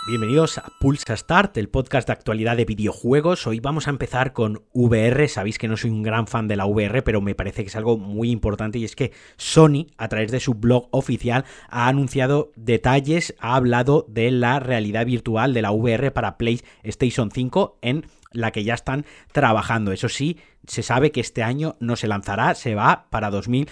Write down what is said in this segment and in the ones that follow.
Bienvenidos a Pulsa Start, el podcast de actualidad de videojuegos. Hoy vamos a empezar con VR. Sabéis que no soy un gran fan de la VR, pero me parece que es algo muy importante, y es que Sony, a través de su blog oficial, ha anunciado detalles, ha hablado de la realidad virtual de la VR para PlayStation 5, en la que ya están trabajando. Eso sí, se sabe que este año no se lanzará, se va para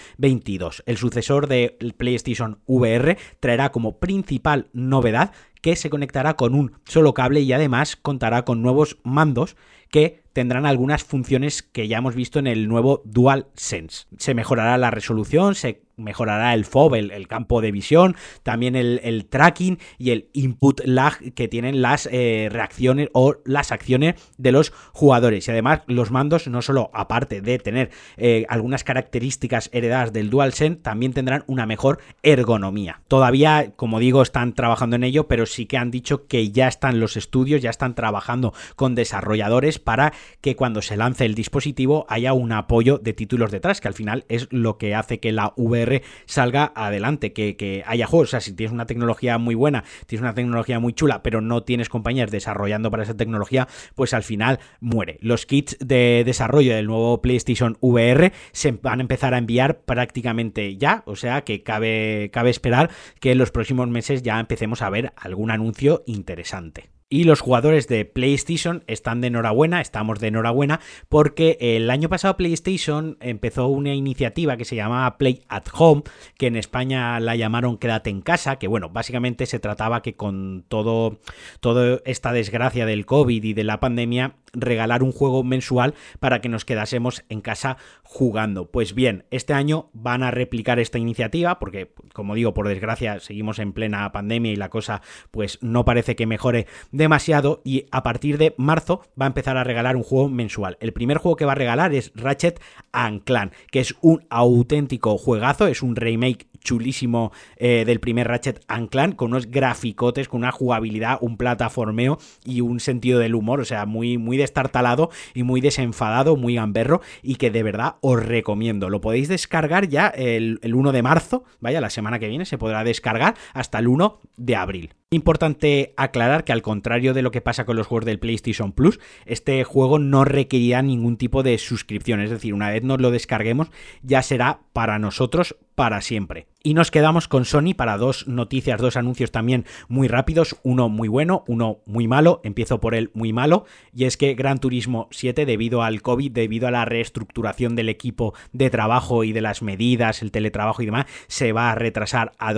2022. El sucesor de PlayStation VR traerá como principal novedad que se conectará con un solo cable y además contará con nuevos mandos que tendrán algunas funciones que ya hemos visto en el nuevo DualSense. Se mejorará la resolución, se mejorará el FOV, el campo de visión, también el tracking y el input lag que tienen las reacciones o las acciones de los jugadores. Y además los mandos, no solo aparte de tener algunas características heredadas del DualSense, también tendrán una mejor ergonomía. Todavía, como digo, están trabajando en ello, pero sí que han dicho que ya están los estudios, ya están trabajando con desarrolladores para que cuando se lance el dispositivo haya un apoyo de títulos detrás, que al final es lo que hace que la VR salga adelante, que haya juegos. O sea, si tienes una tecnología muy buena, tienes una tecnología muy chula, pero no tienes compañías desarrollando para esa tecnología, pues al final muere. Los kits de desarrollo del nuevo PlayStation VR se van a empezar a enviar prácticamente ya, o sea que cabe esperar que en los próximos meses ya empecemos a ver algún anuncio interesante. Y los jugadores de PlayStation están de enhorabuena, estamos de enhorabuena, porque el año pasado PlayStation empezó una iniciativa que se llamaba Play at Home, que en España la llamaron Quédate en casa, que bueno, básicamente se trataba que con toda esta desgracia del COVID y de la pandemia, regalar un juego mensual para que nos quedásemos en casa jugando. Pues bien, este año van a replicar esta iniciativa, porque como digo, por desgracia seguimos en plena pandemia y la cosa pues no parece que mejore demasiado, y a partir de marzo va a empezar a regalar un juego mensual. El primer juego que va a regalar es Ratchet & Clank, que es un auténtico juegazo, es un remake chulísimo del primer Ratchet & Clank, con unos graficotes, con una jugabilidad, un plataformeo y un sentido del humor, o sea, muy, muy destartalado y muy desenfadado, muy gamberro, y que de verdad os recomiendo. Lo podéis descargar ya el 1 de marzo, vaya, la semana que viene se podrá descargar hasta el 1 de abril. Importante aclarar que, al contrario de lo que pasa con los juegos del PlayStation Plus, este juego no requerirá ningún tipo de suscripción, es decir, una vez nos lo descarguemos ya será para nosotros para siempre. Y nos quedamos con Sony para dos noticias, dos anuncios también muy rápidos, uno muy bueno, uno muy malo. Empiezo por el muy malo, y es que Gran Turismo 7, debido al COVID, debido a la reestructuración del equipo de trabajo y de las medidas, el teletrabajo y demás, se va a retrasar a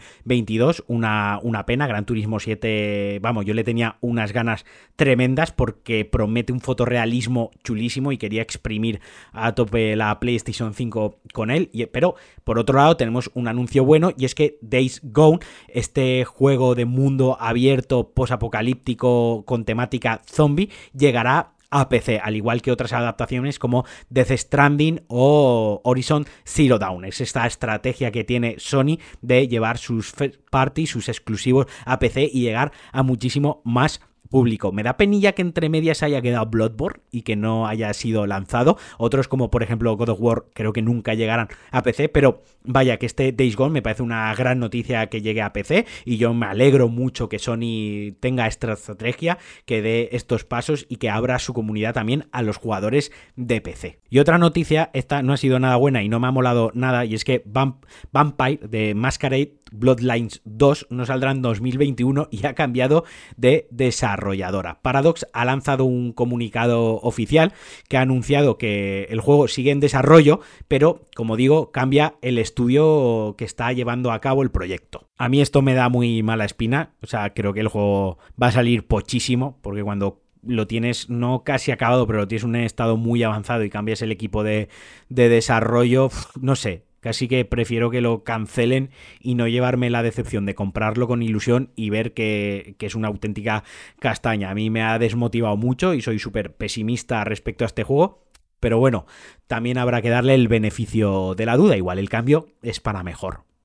2022, una pena. Gran Turismo 7, vamos, yo le tenía unas ganas tremendas porque promete un fotorrealismo chulísimo y quería exprimir a tope la PlayStation 5 con él, pero por otro lado tenemos un anuncio bueno, y es que Days Gone, este juego de mundo abierto posapocalíptico con temática zombie, llegará a PC, al igual que otras adaptaciones como Death Stranding o Horizon Zero Dawn. Es esta estrategia que tiene Sony de llevar sus first party, sus exclusivos a PC y llegar a muchísimo más público. Me da penilla que entre medias haya quedado Bloodborne y que no haya sido lanzado. Otros, como por ejemplo God of War, creo que nunca llegarán a PC, pero vaya, que este Days Gone me parece una gran noticia que llegue a PC, y yo me alegro mucho que Sony tenga esta estrategia, que dé estos pasos y que abra su comunidad también a los jugadores de PC. Y otra noticia, esta no ha sido nada buena y no me ha molado nada, y es que Vampire de Masquerade Bloodlines 2 no saldrá en 2021 y ha cambiado de desarrolladora. Paradox ha lanzado un comunicado oficial que ha anunciado que el juego sigue en desarrollo, pero como digo, cambia el estudio que está llevando a cabo el proyecto. A mí esto me da muy mala espina, o sea, creo que el juego va a salir pochísimo, porque cuando lo tienes no casi acabado, pero lo tienes en un estado muy avanzado y cambias el equipo de desarrollo, no sé. Casi que prefiero que lo cancelen y no llevarme la decepción de comprarlo con ilusión y ver que es una auténtica castaña. A mí me ha desmotivado mucho y soy súper pesimista respecto a este juego. Pero bueno, también habrá que darle el beneficio de la duda. Igual el cambio es para mejor.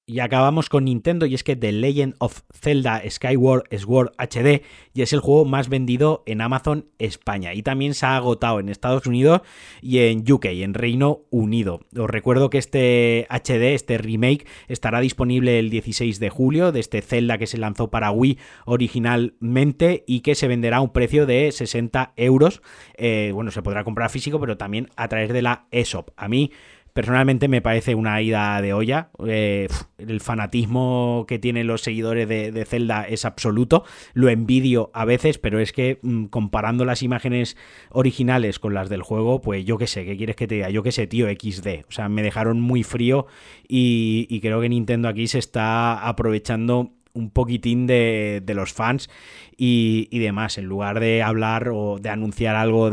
Y acabamos con Nintendo, y es que The Legend of Zelda Skyward Sword HD ya es el juego más vendido en Amazon España, y también se ha agotado en Estados Unidos y en UK, en Reino Unido. Os recuerdo que este HD, este remake, estará disponible el 16 de julio de este Zelda que se lanzó para Wii originalmente y que se venderá a un precio de 60 euros. Bueno, se podrá comprar físico, pero también a través de la eShop. A mí personalmente me parece una ida de olla. El fanatismo que tienen los seguidores de Zelda es absoluto. Lo envidio a veces, pero es que comparando las imágenes originales con las del juego, pues yo qué sé, ¿qué quieres que te diga? Yo qué sé, tío, XD. O sea, me dejaron muy frío y creo que Nintendo aquí se está aprovechando un poquitín de los fans y demás. En lugar de hablar o de anunciar algo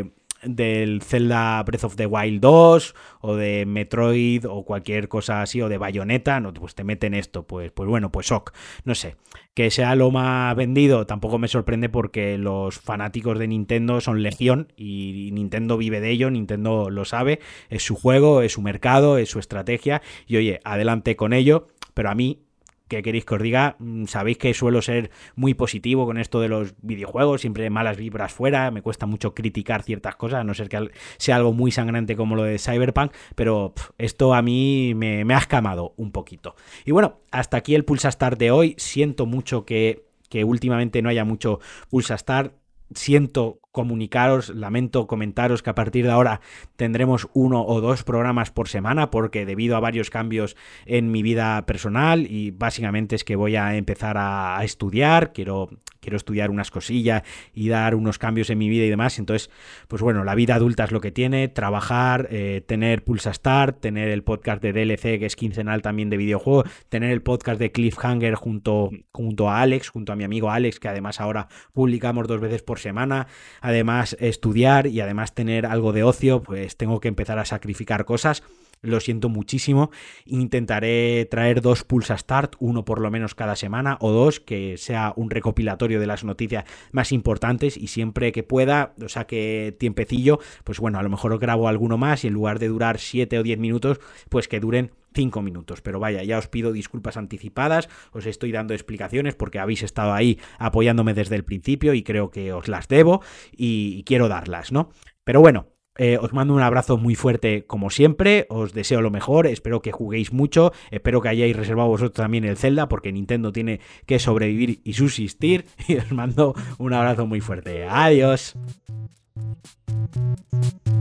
del Zelda Breath of the Wild 2 o de Metroid o cualquier cosa así, o de Bayonetta, no, pues te meten esto, pues bueno, pues ok, no sé, que sea lo más vendido tampoco me sorprende, porque los fanáticos de Nintendo son legión y Nintendo vive de ello, Nintendo lo sabe, es su juego, es su mercado, es su estrategia, y oye, adelante con ello. Pero a mí, ¿qué queréis que os diga? Sabéis que suelo ser muy positivo con esto de los videojuegos, siempre malas vibras fuera, me cuesta mucho criticar ciertas cosas, a no ser que sea algo muy sangrante como lo de Cyberpunk, pero esto a mí me ha escamado un poquito. Y bueno, hasta aquí el Pulsa Start de hoy. Siento mucho que últimamente no haya mucho Pulsa Start. Siento comunicaros, lamento comentaros que a partir de ahora tendremos 1 o 2 programas por semana, porque debido a varios cambios en mi vida personal, y básicamente es que voy a empezar a estudiar, quiero estudiar unas cosillas y dar unos cambios en mi vida y demás. Entonces, pues bueno, la vida adulta es lo que tiene, trabajar, tener Pulsa Start, tener el podcast de DLC que es quincenal también de videojuegos, tener el podcast de Cliffhanger junto a Alex, junto a mi amigo Alex, que además ahora publicamos 2 veces por semana, además estudiar y además tener algo de ocio, pues tengo que empezar a sacrificar cosas. Lo siento muchísimo. Intentaré traer 2 Pulsa Start, 1 por lo menos cada semana, o 2, que sea un recopilatorio de las noticias más importantes, y siempre que pueda, o sea que tiempecillo, pues bueno, a lo mejor grabo alguno más y en lugar de durar 7 o 10 minutos, pues que duren 5 minutos. Pero vaya, ya os pido disculpas anticipadas, os estoy dando explicaciones porque habéis estado ahí apoyándome desde el principio y creo que os las debo y quiero darlas, ¿no? Pero bueno, os mando un abrazo muy fuerte como siempre, os deseo lo mejor, espero que juguéis mucho, espero que hayáis reservado vosotros también el Zelda, porque Nintendo tiene que sobrevivir y subsistir, y os mando un abrazo muy fuerte. Adiós.